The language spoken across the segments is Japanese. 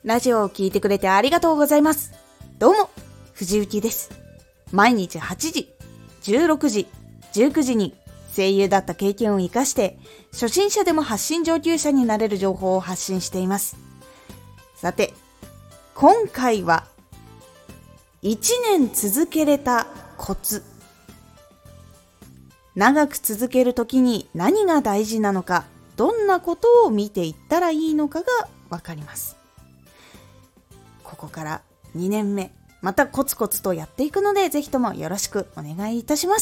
ラジオを聞いてくれてありがとうございます。どうも、藤幸です。毎日8時、16時、19時に声優だった経験を生かして、初心者でも発信上級者になれる情報を発信しています。さて、今回は、1年続けれたコツ。長く続けるときに何が大事なのか、どんなことを見ていったらいいのかがわかります。ここから2年目、またコツコツとやっていくので、ぜひともよろしくお願いいたします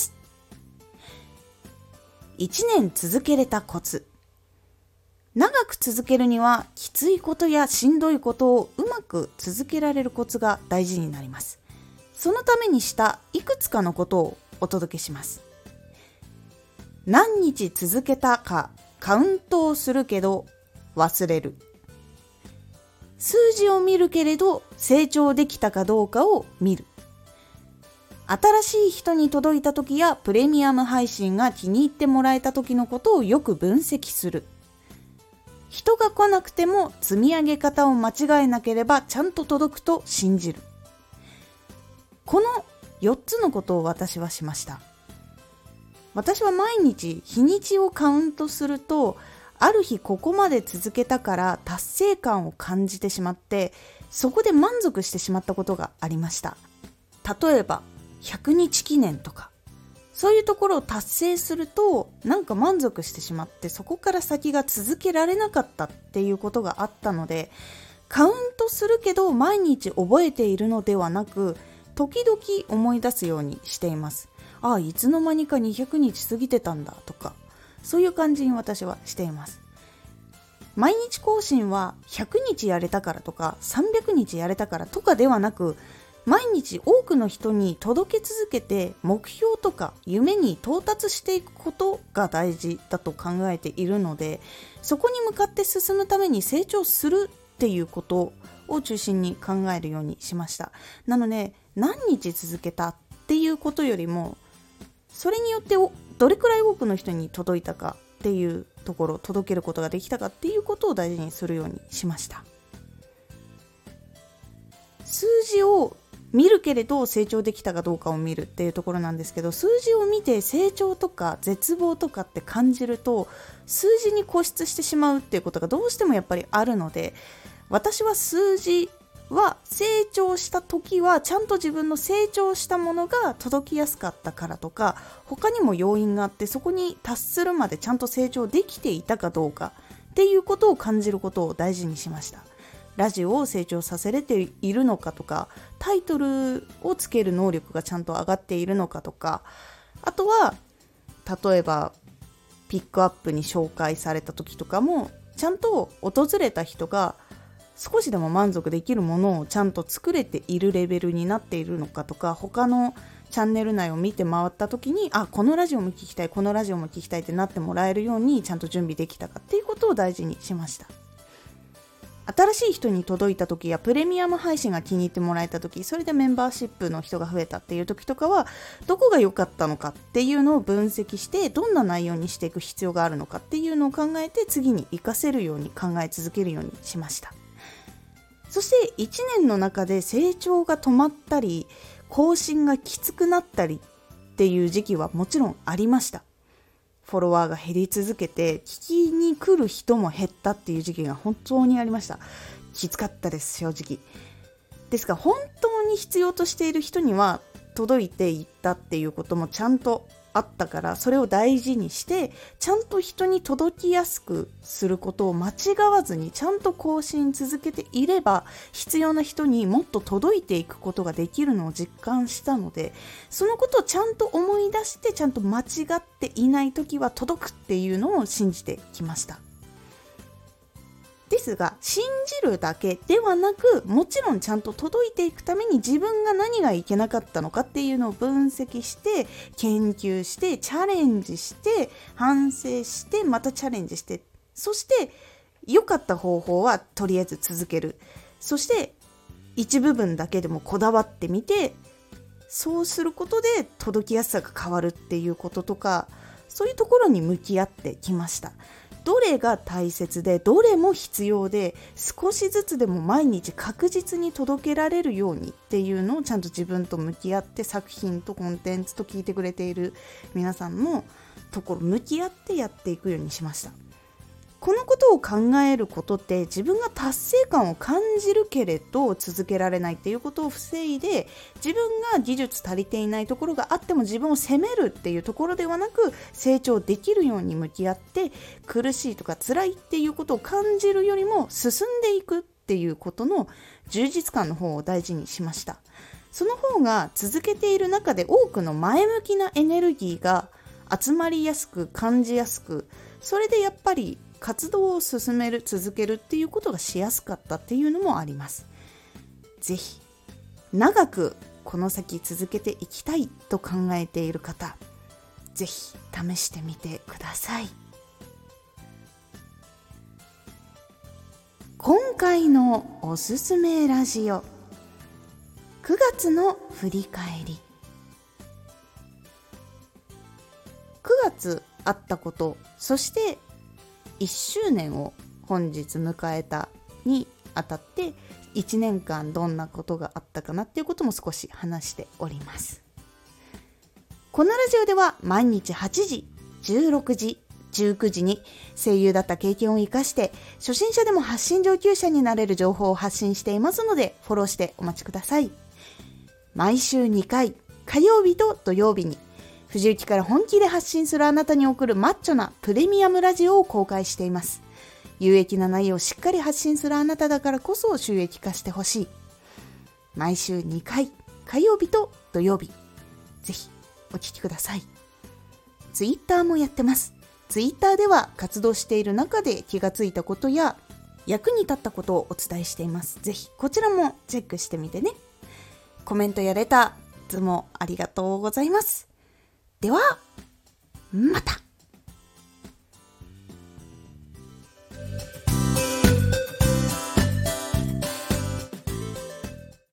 。1年続けれたコツ。長く続けるには、きついことやしんどいことをうまく続けられるコツが大事になります。そのためにしたいくつかのことをお届けします。何日続けたかカウントをするけど忘れる。数字を見るけれど成長できたかどうかを見る。新しい人に届いた時やプレミアム配信が気に入ってもらえた時のことをよく分析する。人が来なくても積み上げ方を間違えなければちゃんと届くと信じる。この4つのことを私はしました。私は毎日日にちをカウントすると、ある日ここまで続けたから達成感を感じてしまって、そこで満足してしまったことがありました。例えば100日記念とか、そういうところを達成するとなんか満足してしまって、そこから先が続けられなかったっていうことがあったので、カウントするけど毎日覚えているのではなく、時々思い出すようにしています。ああ、いつの間にか200日過ぎてたんだとか、そういう感じに私はしています。毎日更新は100日やれたからとか300日やれたからとかではなく、毎日多くの人に届け続けて目標とか夢に到達していくことが大事だと考えているので、そこに向かって進むために成長するっていうことを中心に考えるようにしました。なので、何日続けたっていうことよりも、それによってどれくらい多くの人に届いたかっていうところ、届けることができたかっていうことを大事にするようにしました。数字を見るけれど成長できたかどうかを見るっていうところなんですけど、数字を見て成長とか絶望とかって感じると、数字に固執してしまうっていうことがどうしてもやっぱりあるので、私は数字は成長した時はちゃんと自分の成長したものが届きやすかったからとか、他にも要因があって、そこに達するまでちゃんと成長できていたかどうかっていうことを感じることを大事にしました。ラジオを成長させれているのかとか、タイトルをつける能力がちゃんと上がっているのかとか、あとは例えばピックアップに紹介された時とかも、ちゃんと訪れた人が少しでも満足できるものをちゃんと作れているレベルになっているのかとか、他のチャンネル内を見て回った時に、このラジオも聞きたい、このラジオも聞きたいってなってもらえるようにちゃんと準備できたかっていうことを大事にしました。新しい人に届いた時やプレミアム配信が気に入ってもらえた時、それでメンバーシップの人が増えたっていう時とかは、どこが良かったのかっていうのを分析して、どんな内容にしていく必要があるのかっていうのを考えて、次に活かせるように考え続けるようにしました。そして1年の中で成長が止まったり、更新がきつくなったりっていう時期はもちろんありました。フォロワーが減り続けて、聞きに来る人も減ったっていう時期が本当にありました。きつかったです、正直。ですが、本当に必要としている人には届いていったっていうこともちゃんとあったから、それを大事にしてちゃんと人に届きやすくすることを間違わずに、ちゃんと更新続けていれば必要な人にもっと届いていくことができるのを実感したので、そのことをちゃんと思い出して、ちゃんと間違っていない時は届くっていうのを信じてきました。ですが、信じるだけではなく、もちろんちゃんと届いていくために自分が何がいけなかったのかっていうのを分析して、研究して、チャレンジして、反省して、またチャレンジして、そして良かった方法はとりあえず続ける。そして一部分だけでもこだわってみて、そうすることで届きやすさが変わるっていうこととか、そういうところに向き合ってきました。 どれが大切でどれも必要で、少しずつでも毎日確実に届けられるようにっていうのをちゃんと自分と向き合って、作品とコンテンツと聞いてくれている皆さんのところ向き合ってやっていくようにしました。このことを考えることって自分が達成感を感じるけれど続けられないっていうことを防いで、自分が技術足りていないところがあっても自分を責めるっていうところではなく、成長できるように向き合って、苦しいとか辛いっていうことを感じるよりも進んでいくっていうことの充実感の方を大事にしました。その方が続けている中で多くの前向きなエネルギーが集まりやすく感じやすく、それでやっぱり活動を進める続けるっていうことがしやすかったっていうのもあります。ぜひ長くこの先続けていきたいと考えている方、ぜひ試してみてください。今回のおすすめラジオ、9月の振り返り。9月あったこと、そして1周年を本日迎えたにあたって1年間どんなことがあったかなっていうことも少し話しております。このラジオでは毎日8時、16時、19時に声優だった経験を生かして初心者でも発信上級者になれる情報を発信していますので、フォローしてお待ちください。毎週2回、火曜日と土曜日に藤雪から本気で発信するあなたに送るマッチョなプレミアムラジオを公開しています。有益な内容をしっかり発信するあなただからこそ収益化してほしい。毎週2回、火曜日と土曜日、ぜひお聞きください。ツイッターもやってます。ツイッターでは活動している中で気がついたことや役に立ったことをお伝えしています。ぜひこちらもチェックしてみてね。コメントやレター、いつもありがとうございます。では、また。